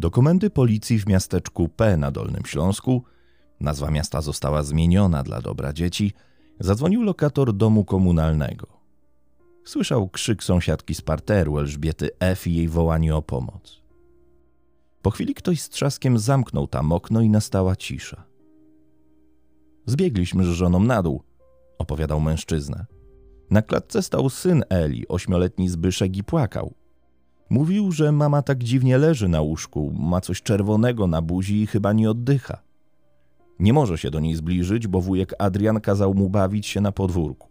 Do komendy policji w miasteczku P na Dolnym Śląsku, nazwa miasta została zmieniona dla dobra dzieci, zadzwonił lokator domu komunalnego. Słyszał krzyk sąsiadki z parteru Elżbiety F. i jej wołanie o pomoc. Po chwili ktoś z trzaskiem zamknął tam okno i nastała cisza. Zbiegliśmy z żoną na dół, opowiadał mężczyzna. Na klatce stał syn Eli, 8-letni Zbyszek, i płakał. Mówił, że mama tak dziwnie leży na łóżku, ma coś czerwonego na buzi i chyba nie oddycha. Nie może się do niej zbliżyć, bo wujek Adrian kazał mu bawić się na podwórku.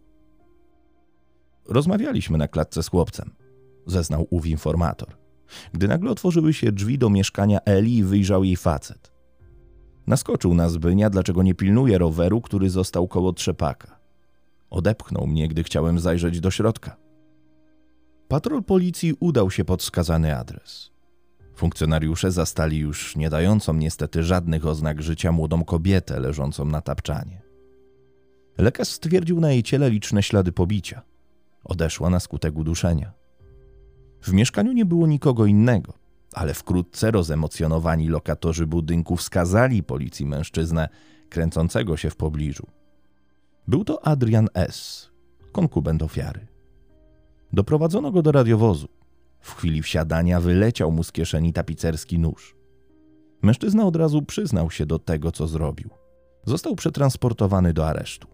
Rozmawialiśmy na klatce z chłopcem, zeznał ów informator, gdy nagle otworzyły się drzwi do mieszkania Eli i wyjrzał jej facet. Naskoczył na Zbynia, dlaczego nie pilnuje roweru, który został koło trzepaka. Odepchnął mnie, gdy chciałem zajrzeć do środka. Patrol policji udał się pod wskazany adres. Funkcjonariusze zastali już nie dającą niestety żadnych oznak życia młodą kobietę leżącą na tapczanie. Lekarz stwierdził na jej ciele liczne ślady pobicia. Odeszła na skutek uduszenia. W mieszkaniu nie było nikogo innego, ale wkrótce rozemocjonowani lokatorzy budynku wskazali policji mężczyznę kręcącego się w pobliżu. Był to Adrian S., konkubent ofiary. Doprowadzono go do radiowozu. W chwili wsiadania wyleciał mu z kieszeni tapicerski nóż. Mężczyzna od razu przyznał się do tego, co zrobił. Został przetransportowany do aresztu.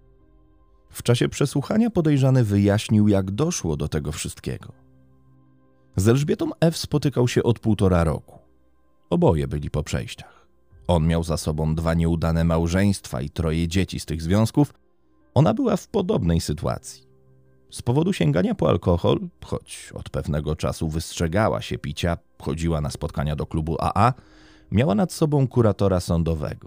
W czasie przesłuchania podejrzany wyjaśnił, jak doszło do tego wszystkiego. Z Elżbietą F. spotykał się od 1,5 roku. Oboje byli po przejściach. On miał za sobą 2 nieudane małżeństwa i 3 dzieci z tych związków. Ona była w podobnej sytuacji. Z powodu sięgania po alkohol, choć od pewnego czasu wystrzegała się picia, chodziła na spotkania do klubu AA, miała nad sobą kuratora sądowego.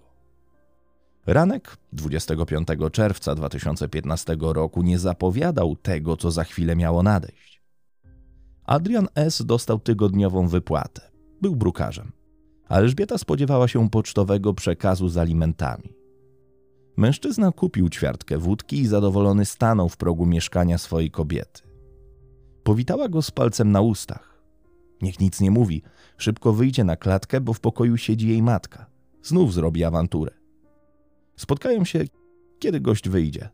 Ranek 25 czerwca 2015 roku nie zapowiadał tego, co za chwilę miało nadejść. Adrian S. dostał tygodniową wypłatę. Był brukarzem. A Elżbieta spodziewała się pocztowego przekazu z alimentami. Mężczyzna kupił ćwiartkę wódki i zadowolony stanął w progu mieszkania swojej kobiety. Powitała go z palcem na ustach. Niech nic nie mówi, szybko wyjdzie na klatkę, bo w pokoju siedzi jej matka. Znów zrobi awanturę. Spotkają się, kiedy gość wyjdzie.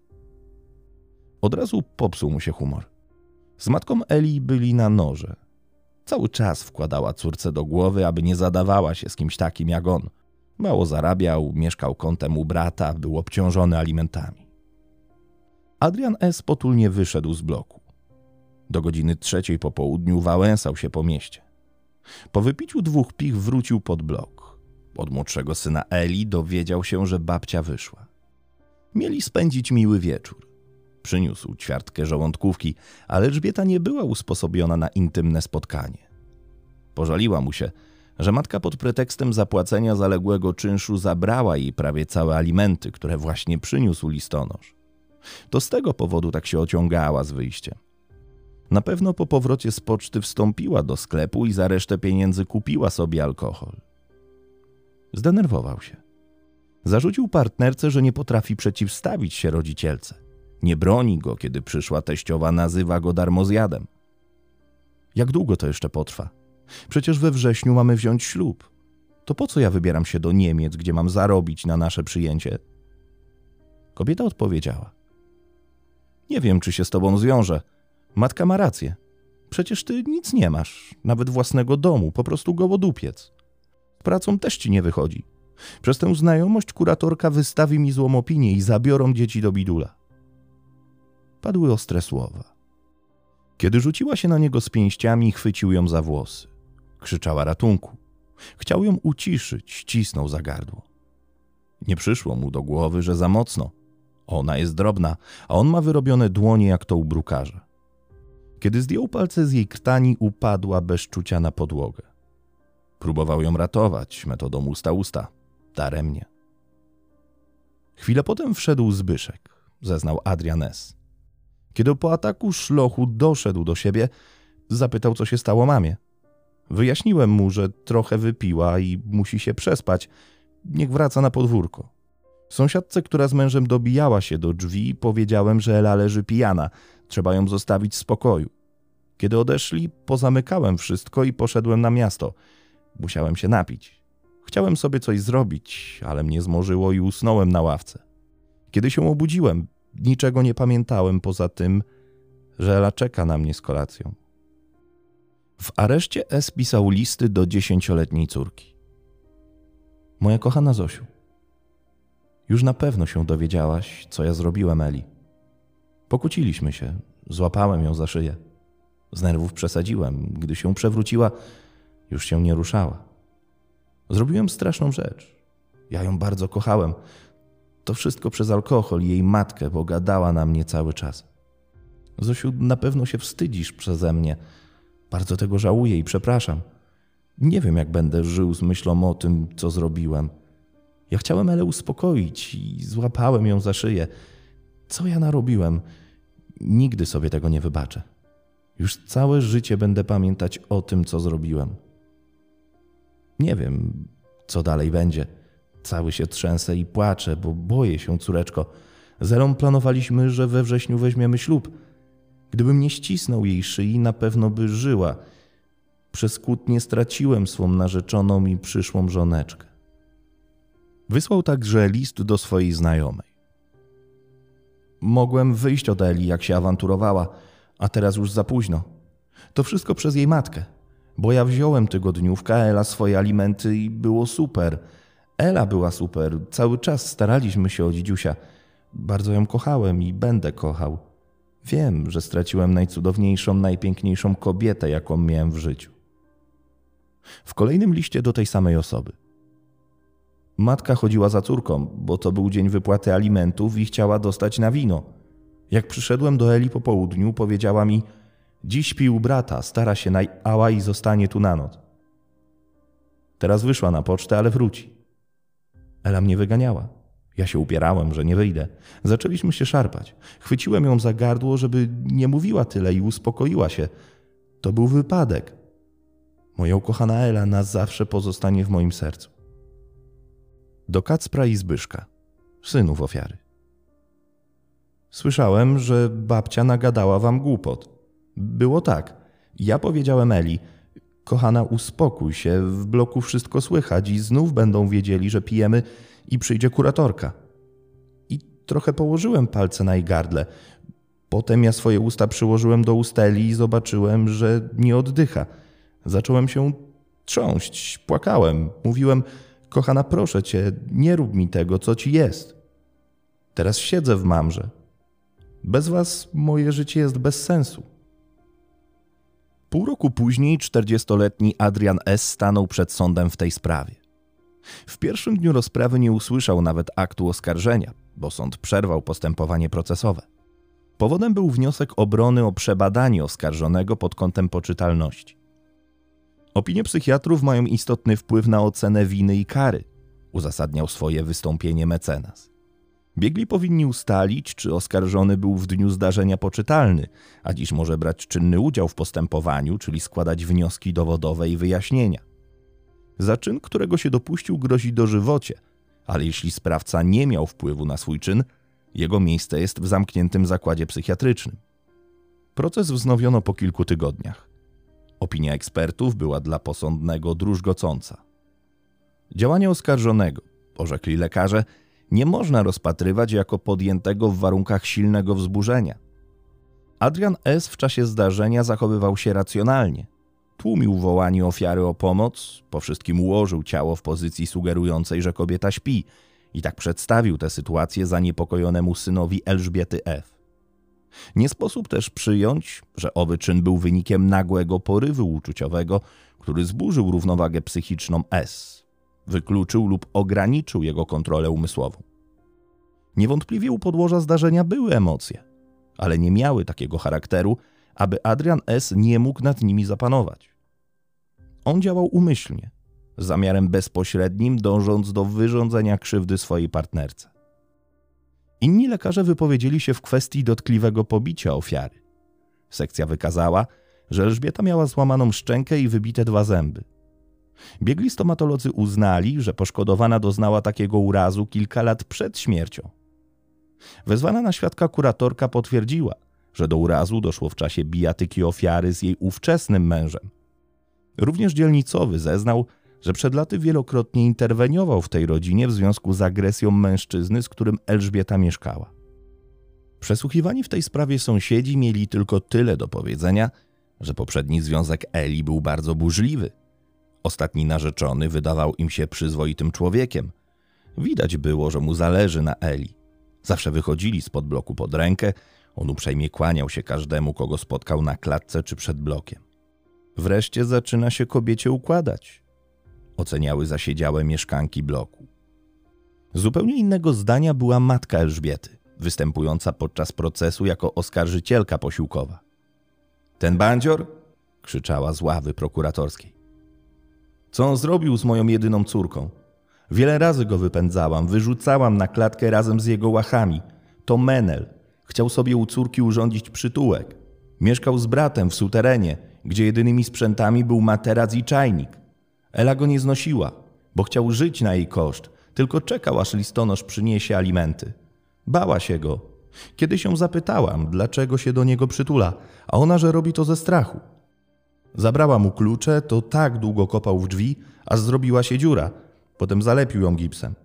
Od razu popsuł mu się humor. Z matką Eli byli na noże. Cały czas wkładała córce do głowy, aby nie zadawała się z kimś takim jak on. Mało zarabiał, mieszkał kątem u brata, był obciążony alimentami. Adrian S. potulnie wyszedł z bloku. Do godziny 3 po południu wałęsał się po mieście. Po wypiciu 2 pich wrócił pod blok. Od młodszego syna Eli dowiedział się, że babcia wyszła. Mieli spędzić miły wieczór. Przyniósł ćwiartkę żołądkówki, ale Elżbieta nie była usposobiona na intymne spotkanie. Pożaliła mu się, że matka pod pretekstem zapłacenia zaległego czynszu zabrała jej prawie całe alimenty, które właśnie przyniósł listonosz. To z tego powodu tak się ociągała z wyjściem. Na pewno po powrocie z poczty wstąpiła do sklepu i za resztę pieniędzy kupiła sobie alkohol. Zdenerwował się. Zarzucił partnerce, że nie potrafi przeciwstawić się rodzicielce. Nie broni go, kiedy przyszła teściowa nazywa go darmozjadem. Jak długo to jeszcze potrwa? Przecież we wrześniu mamy wziąć ślub. To po co ja wybieram się do Niemiec, gdzie mam zarobić na nasze przyjęcie? Kobieta odpowiedziała. Nie wiem, czy się z tobą zwiążę. Matka ma rację. Przecież ty nic nie masz, nawet własnego domu, po prostu gołodupiec. Z pracą też ci nie wychodzi. Przez tę znajomość kuratorka wystawi mi złą opinię i zabiorą dzieci do bidula. Padły ostre słowa. Kiedy rzuciła się na niego z pięściami, chwycił ją za włosy. Krzyczała ratunku. Chciał ją uciszyć, ścisnął za gardło. Nie przyszło mu do głowy, że za mocno. Ona jest drobna, a on ma wyrobione dłonie jak to u brukarza. Kiedy zdjął palce z jej krtani, upadła bez czucia na podłogę. Próbował ją ratować metodą usta-usta. Daremnie. Chwilę potem wszedł Zbyszek, zeznał Adrian S. Kiedy po ataku szlochu doszedł do siebie, zapytał, co się stało mamie. Wyjaśniłem mu, że trochę wypiła i musi się przespać. Niech wraca na podwórko. Sąsiadce, która z mężem dobijała się do drzwi, powiedziałem, że Ela leży pijana. Trzeba ją zostawić w spokoju. Kiedy odeszli, pozamykałem wszystko i poszedłem na miasto. Musiałem się napić. Chciałem sobie coś zrobić, ale mnie zmorzyło i usnąłem na ławce. Kiedy się obudziłem, niczego nie pamiętałem poza tym, że Ela czeka na mnie z kolacją. W areszcie S pisał listy do 10-letniej córki. Moja kochana Zosiu, już na pewno się dowiedziałaś, co ja zrobiłem Eli. Pokłóciliśmy się, złapałem ją za szyję. Z nerwów przesadziłem, gdy się przewróciła, już się nie ruszała. Zrobiłem straszną rzecz. Ja ją bardzo kochałem. To wszystko przez alkohol i jej matkę, bo gadała na mnie cały czas. Zosiu, na pewno się wstydzisz przeze mnie. Bardzo tego żałuję i przepraszam. Nie wiem, jak będę żył z myślą o tym, co zrobiłem. Ja chciałem Elę uspokoić i złapałem ją za szyję. Co ja narobiłem? Nigdy sobie tego nie wybaczę. Już całe życie będę pamiętać o tym, co zrobiłem. Nie wiem, co dalej będzie. Cały się trzęsę i płaczę, bo boję się, córeczko. Z Elą planowaliśmy, że we wrześniu weźmiemy ślub. Gdybym nie ścisnął jej szyi, na pewno by żyła. Przez kłótnię straciłem swą narzeczoną i przyszłą żoneczkę. Wysłał także list do swojej znajomej. Mogłem wyjść od Eli, jak się awanturowała, a teraz już za późno. To wszystko przez jej matkę, bo ja wziąłem tygodniówkę, a Ela swoje alimenty i było super. Ela była super, cały czas staraliśmy się o dzidziusia. Bardzo ją kochałem i będę kochał. Wiem, że straciłem najcudowniejszą, najpiękniejszą kobietę, jaką miałem w życiu. W kolejnym liście do tej samej osoby. Matka chodziła za córką, bo to był dzień wypłaty alimentów i chciała dostać na wino. Jak przyszedłem do Eli po południu, powiedziała mi: dziś śpi u brata, stara się ała i zostanie tu na noc. Teraz wyszła na pocztę, ale wróci. Ela mnie wyganiała. Ja się upierałem, że nie wyjdę. Zaczęliśmy się szarpać. Chwyciłem ją za gardło, żeby nie mówiła tyle i uspokoiła się. To był wypadek. Moja ukochana Ela na zawsze pozostanie w moim sercu. Do Kacpra i Zbyszka, synów ofiary. Słyszałem, że babcia nagadała wam głupot. Było tak. Ja powiedziałem Eli: kochana, uspokój się, w bloku wszystko słychać i znów będą wiedzieli, że pijemy i przyjdzie kuratorka. I trochę położyłem palce na jej gardle. Potem ja swoje usta przyłożyłem do ust Eli i zobaczyłem, że nie oddycha. Zacząłem się trząść, płakałem. Mówiłem: kochana, proszę cię, nie rób mi tego, co ci jest. Teraz siedzę w mamrze. Bez was moje życie jest bez sensu. Pół roku później 40-letni Adrian S. stanął przed sądem w tej sprawie. W pierwszym dniu rozprawy nie usłyszał nawet aktu oskarżenia, bo sąd przerwał postępowanie procesowe. Powodem był wniosek obrony o przebadanie oskarżonego pod kątem poczytalności. Opinie psychiatrów mają istotny wpływ na ocenę winy i kary, uzasadniał swoje wystąpienie mecenas. Biegli powinni ustalić, czy oskarżony był w dniu zdarzenia poczytalny, a dziś może brać czynny udział w postępowaniu, czyli składać wnioski dowodowe i wyjaśnienia. Za czyn, którego się dopuścił, grozi dożywocie, ale jeśli sprawca nie miał wpływu na swój czyn, jego miejsce jest w zamkniętym zakładzie psychiatrycznym. Proces wznowiono po kilku tygodniach. Opinia ekspertów była dla posądnego druzgocąca. Działanie oskarżonego, orzekli lekarze, nie można rozpatrywać jako podjętego w warunkach silnego wzburzenia. Adrian S. w czasie zdarzenia zachowywał się racjonalnie. Tłumił wołanie ofiary o pomoc, po wszystkim ułożył ciało w pozycji sugerującej, że kobieta śpi i tak przedstawił tę sytuację zaniepokojonemu synowi Elżbiety F. Nie sposób też przyjąć, że owy czyn był wynikiem nagłego porywu uczuciowego, który zburzył równowagę psychiczną S. Wykluczył lub ograniczył jego kontrolę umysłową. Niewątpliwie u podłoża zdarzenia były emocje, ale nie miały takiego charakteru, aby Adrian S. nie mógł nad nimi zapanować. On działał umyślnie, z zamiarem bezpośrednim, dążąc do wyrządzenia krzywdy swojej partnerce. Inni lekarze wypowiedzieli się w kwestii dotkliwego pobicia ofiary. Sekcja wykazała, że Elżbieta miała złamaną szczękę i wybite 2 zęby. Biegli stomatolodzy uznali, że poszkodowana doznała takiego urazu kilka lat przed śmiercią. Wezwana na świadka kuratorka potwierdziła, że do urazu doszło w czasie bijatyki ofiary z jej ówczesnym mężem. Również dzielnicowy zeznał, że przed laty wielokrotnie interweniował w tej rodzinie w związku z agresją mężczyzny, z którym Elżbieta mieszkała. Przesłuchiwani w tej sprawie sąsiedzi mieli tylko tyle do powiedzenia, że poprzedni związek Eli był bardzo burzliwy. Ostatni narzeczony wydawał im się przyzwoitym człowiekiem. Widać było, że mu zależy na Eli. Zawsze wychodzili spod bloku pod rękę, on uprzejmie kłaniał się każdemu, kogo spotkał na klatce czy przed blokiem. Wreszcie zaczyna się kobiecie układać, oceniały zasiedziałe mieszkanki bloku. Zupełnie innego zdania była matka Elżbiety, występująca podczas procesu jako oskarżycielka posiłkowa. Ten bandzior? Krzyczała z ławy prokuratorskiej. Co on zrobił z moją jedyną córką? Wiele razy go wypędzałam, wyrzucałam na klatkę razem z jego łachami. To menel. Chciał sobie u córki urządzić przytułek. Mieszkał z bratem w suterenie, gdzie jedynymi sprzętami był materac i czajnik. Ela go nie znosiła, bo chciał żyć na jej koszt, tylko czekał, aż listonosz przyniesie alimenty. Bała się go. Kiedyś ją zapytałam, dlaczego się do niego przytula, a ona, że robi to ze strachu. Zabrała mu klucze, to tak długo kopał w drzwi, aż zrobiła się dziura. Potem zalepił ją gipsem.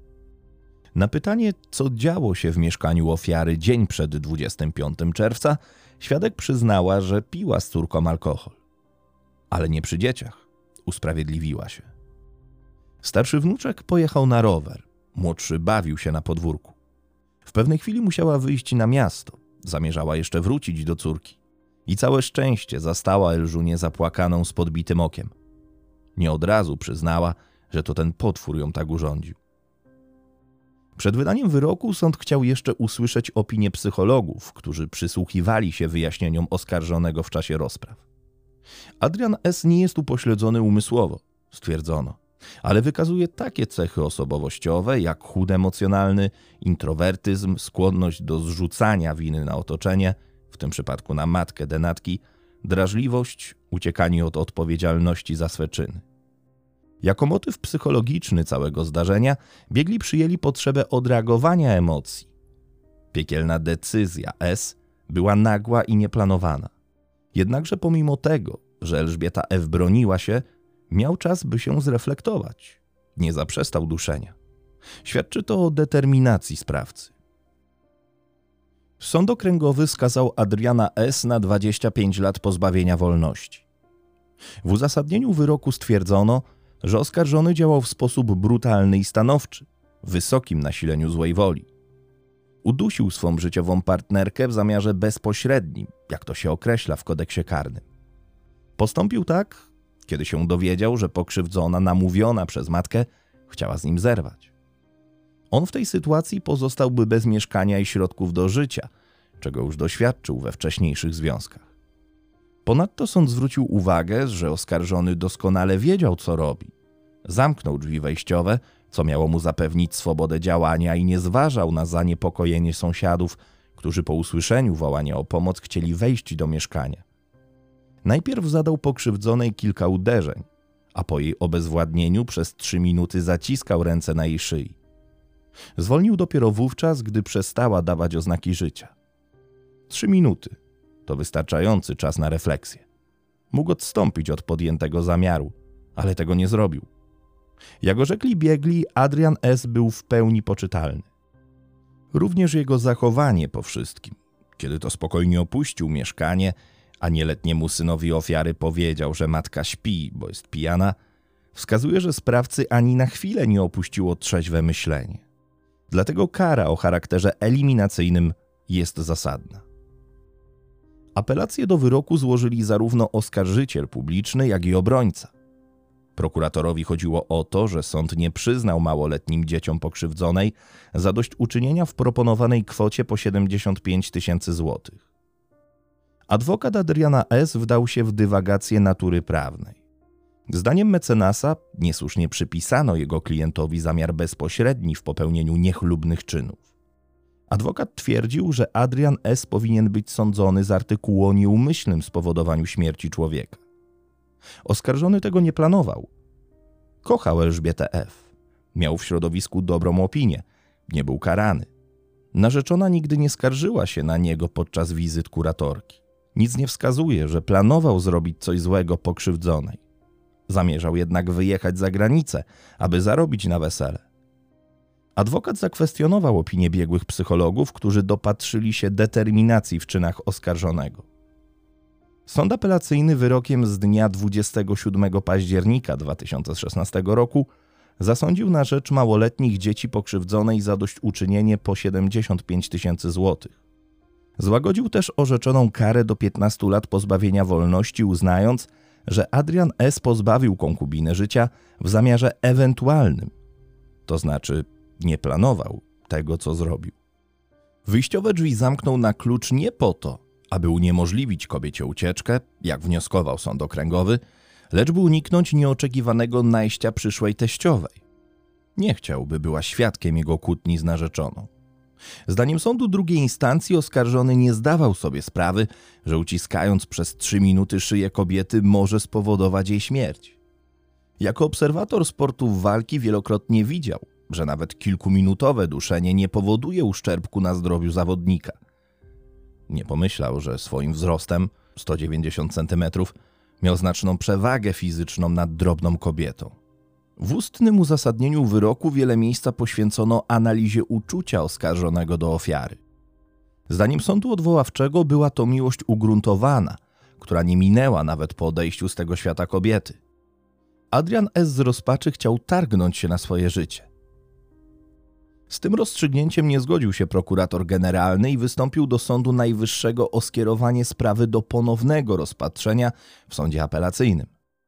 Na pytanie, co działo się w mieszkaniu ofiary dzień przed 25 czerwca, świadek przyznała, że piła z córką alkohol. Ale nie przy dzieciach, usprawiedliwiła się. Starszy wnuczek pojechał na rower, młodszy bawił się na podwórku. W pewnej chwili musiała wyjść na miasto, zamierzała jeszcze wrócić do córki. I całe szczęście zastała Elżunię zapłakaną z podbitym okiem. Nie od razu przyznała, że to ten potwór ją tak urządził. Przed wydaniem wyroku sąd chciał jeszcze usłyszeć opinię psychologów, którzy przysłuchiwali się wyjaśnieniom oskarżonego w czasie rozpraw. Adrian S. nie jest upośledzony umysłowo, stwierdzono, ale wykazuje takie cechy osobowościowe jak chłód emocjonalny, introwertyzm, skłonność do zrzucania winy na otoczenie, w tym przypadku na matkę denatki, drażliwość, uciekanie od odpowiedzialności za swe czyny. Jako motyw psychologiczny całego zdarzenia biegli przyjęli potrzebę odreagowania emocji. Piekielna decyzja S. była nagła i nieplanowana. Jednakże pomimo tego, że Elżbieta F. broniła się, miał czas, by się zreflektować. Nie zaprzestał duszenia. Świadczy to o determinacji sprawcy. Sąd okręgowy skazał Adriana S. na 25 lat pozbawienia wolności. W uzasadnieniu wyroku stwierdzono, że oskarżony działał w sposób brutalny i stanowczy, w wysokim nasileniu złej woli. Udusił swą życiową partnerkę w zamiarze bezpośrednim, jak to się określa w kodeksie karnym. Postąpił tak, kiedy się dowiedział, że pokrzywdzona, namówiona przez matkę, chciała z nim zerwać. On w tej sytuacji pozostałby bez mieszkania i środków do życia, czego już doświadczył we wcześniejszych związkach. Ponadto sąd zwrócił uwagę, że oskarżony doskonale wiedział, co robi. Zamknął drzwi wejściowe, co miało mu zapewnić swobodę działania i nie zważał na zaniepokojenie sąsiadów, którzy po usłyszeniu wołania o pomoc chcieli wejść do mieszkania. Najpierw zadał pokrzywdzonej kilka uderzeń, a po jej obezwładnieniu przez 3 minuty zaciskał ręce na jej szyi. Zwolnił dopiero wówczas, gdy przestała dawać oznaki życia. 3 minuty to wystarczający czas na refleksję. Mógł odstąpić od podjętego zamiaru, ale tego nie zrobił. Jak orzekli biegli, Adrian S. był w pełni poczytalny. Również jego zachowanie po wszystkim, kiedy to spokojnie opuścił mieszkanie, a nieletniemu synowi ofiary powiedział, że matka śpi, bo jest pijana, wskazuje, że sprawcy ani na chwilę nie opuściło trzeźwe myślenie. Dlatego kara o charakterze eliminacyjnym jest zasadna. Apelację do wyroku złożyli zarówno oskarżyciel publiczny, jak i obrońca. Prokuratorowi chodziło o to, że sąd nie przyznał małoletnim dzieciom pokrzywdzonej zadośćuczynienia w proponowanej kwocie po 75 000 złotych. Adwokat Adriana S. wdał się w dywagację natury prawnej. Zdaniem mecenasa niesłusznie przypisano jego klientowi zamiar bezpośredni w popełnieniu niechlubnych czynów. Adwokat twierdził, że Adrian S. powinien być sądzony z artykułu o nieumyślnym spowodowaniu śmierci człowieka. Oskarżony tego nie planował. Kochał Elżbietę F. Miał w środowisku dobrą opinię. Nie był karany. Narzeczona nigdy nie skarżyła się na niego podczas wizyt kuratorki. Nic nie wskazuje, że planował zrobić coś złego pokrzywdzonej. Zamierzał jednak wyjechać za granicę, aby zarobić na wesele. Adwokat zakwestionował opinię biegłych psychologów, którzy dopatrzyli się determinacji w czynach oskarżonego. Sąd apelacyjny wyrokiem z dnia 27 października 2016 roku zasądził na rzecz małoletnich dzieci pokrzywdzonej zadośćuczynienie po 75 000 złotych. Złagodził też orzeczoną karę do 15 lat pozbawienia wolności, uznając, że Adrian S. pozbawił konkubinę życia w zamiarze ewentualnym, to znaczy nie planował tego, co zrobił. Wyjściowe drzwi zamknął na klucz nie po to, aby uniemożliwić kobiecie ucieczkę, jak wnioskował sąd okręgowy, lecz by uniknąć nieoczekiwanego najścia przyszłej teściowej. Nie chciał, by była świadkiem jego kłótni z narzeczoną. Zdaniem sądu drugiej instancji oskarżony nie zdawał sobie sprawy, że uciskając przez 3 minuty szyję kobiety może spowodować jej śmierć. Jako obserwator sportów walki wielokrotnie widział, że nawet kilkuminutowe duszenie nie powoduje uszczerbku na zdrowiu zawodnika. Nie pomyślał, że swoim wzrostem 190 cm miał znaczną przewagę fizyczną nad drobną kobietą. W ustnym uzasadnieniu wyroku wiele miejsca poświęcono analizie uczucia oskarżonego do ofiary. Zdaniem sądu odwoławczego była to miłość ugruntowana, która nie minęła nawet po odejściu z tego świata kobiety. Adrian S. z rozpaczy chciał targnąć się na swoje życie. Z tym rozstrzygnięciem nie zgodził się prokurator generalny i wystąpił do Sądu Najwyższego o skierowanie sprawy do ponownego rozpatrzenia w sądzie apelacyjnym.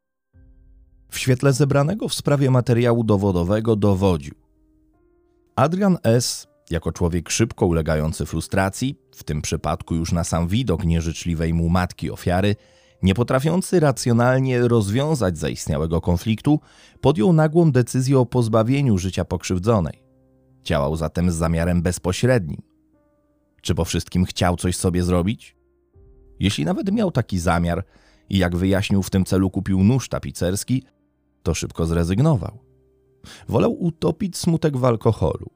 W świetle zebranego w sprawie materiału dowodowego dowodził: Adrian S., jako człowiek szybko ulegający frustracji, w tym przypadku już na sam widok nieżyczliwej mu matki ofiary, nie potrafiący racjonalnie rozwiązać zaistniałego konfliktu, podjął nagłą decyzję o pozbawieniu życia pokrzywdzonej. Działał zatem z zamiarem bezpośrednim. Czy po wszystkim chciał coś sobie zrobić? Jeśli nawet miał taki zamiar i jak wyjaśnił w tym celu kupił nóż tapicerski, to szybko zrezygnował. Wolał utopić smutek w alkoholu.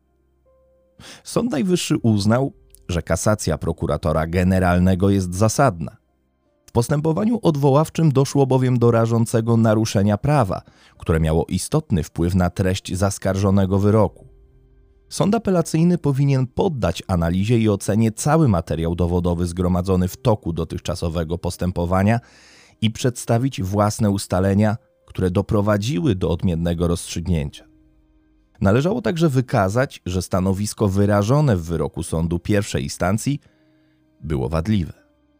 Sąd Najwyższy uznał, że kasacja prokuratora generalnego jest zasadna. W postępowaniu odwoławczym doszło bowiem do rażącego naruszenia prawa, które miało istotny wpływ na treść zaskarżonego wyroku. Sąd apelacyjny powinien poddać analizie i ocenie cały materiał dowodowy zgromadzony w toku dotychczasowego postępowania i przedstawić własne ustalenia, które doprowadziły do odmiennego rozstrzygnięcia. Należało także wykazać, że stanowisko wyrażone w wyroku sądu pierwszej instancji było wadliwe.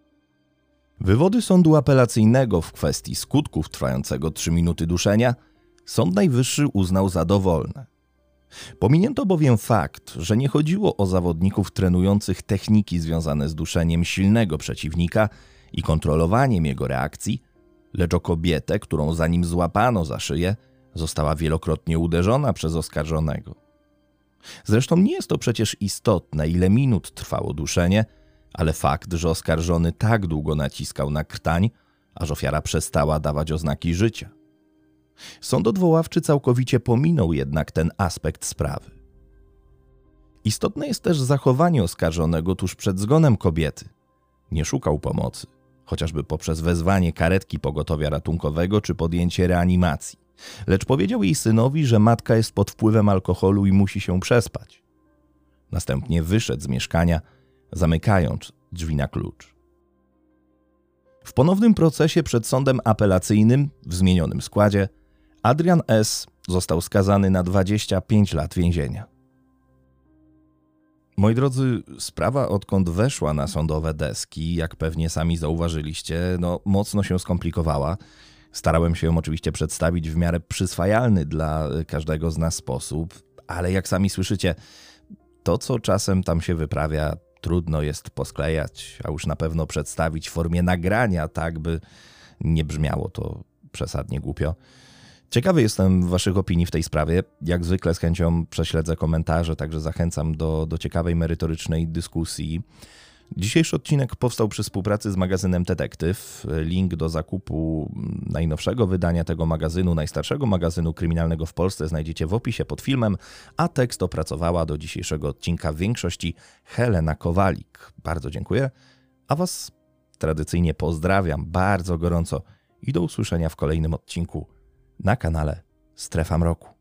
Wywody sądu apelacyjnego w kwestii skutków trwającego 3 minuty duszenia Sąd Najwyższy uznał za dowolne. Pominięto bowiem fakt, że nie chodziło o zawodników trenujących techniki związane z duszeniem silnego przeciwnika i kontrolowaniem jego reakcji, lecz o kobietę, którą zanim złapano za szyję, została wielokrotnie uderzona przez oskarżonego. Zresztą nie jest to przecież istotne, ile minut trwało duszenie, ale fakt, że oskarżony tak długo naciskał na krtań, aż ofiara przestała dawać oznaki życia. Sąd odwoławczy całkowicie pominął jednak ten aspekt sprawy. Istotne jest też zachowanie oskarżonego tuż przed zgonem kobiety. Nie szukał pomocy, chociażby poprzez wezwanie karetki pogotowia ratunkowego czy podjęcie reanimacji, lecz powiedział jej synowi, że matka jest pod wpływem alkoholu i musi się przespać. Następnie wyszedł z mieszkania, zamykając drzwi na klucz. W ponownym procesie przed sądem apelacyjnym w zmienionym składzie Adrian S. został skazany na 25 lat więzienia. Moi drodzy, sprawa odkąd weszła na sądowe deski, jak pewnie sami zauważyliście, mocno się skomplikowała. Starałem się ją oczywiście przedstawić w miarę przyswajalny dla każdego z nas sposób, ale jak sami słyszycie, to co czasem tam się wyprawia, trudno jest posklejać, a już na pewno przedstawić w formie nagrania, tak by nie brzmiało to przesadnie głupio. Ciekawy jestem waszych opinii w tej sprawie. Jak zwykle z chęcią prześledzę komentarze, także zachęcam do ciekawej, merytorycznej dyskusji. Dzisiejszy odcinek powstał przy współpracy z magazynem Detektyw. Link do zakupu najnowszego wydania tego magazynu, najstarszego magazynu kryminalnego w Polsce, znajdziecie w opisie pod filmem, a tekst opracowała do dzisiejszego odcinka w większości Helena Kowalik. Bardzo dziękuję, a was tradycyjnie pozdrawiam bardzo gorąco i do usłyszenia w kolejnym odcinku na kanale Strefa Mroku.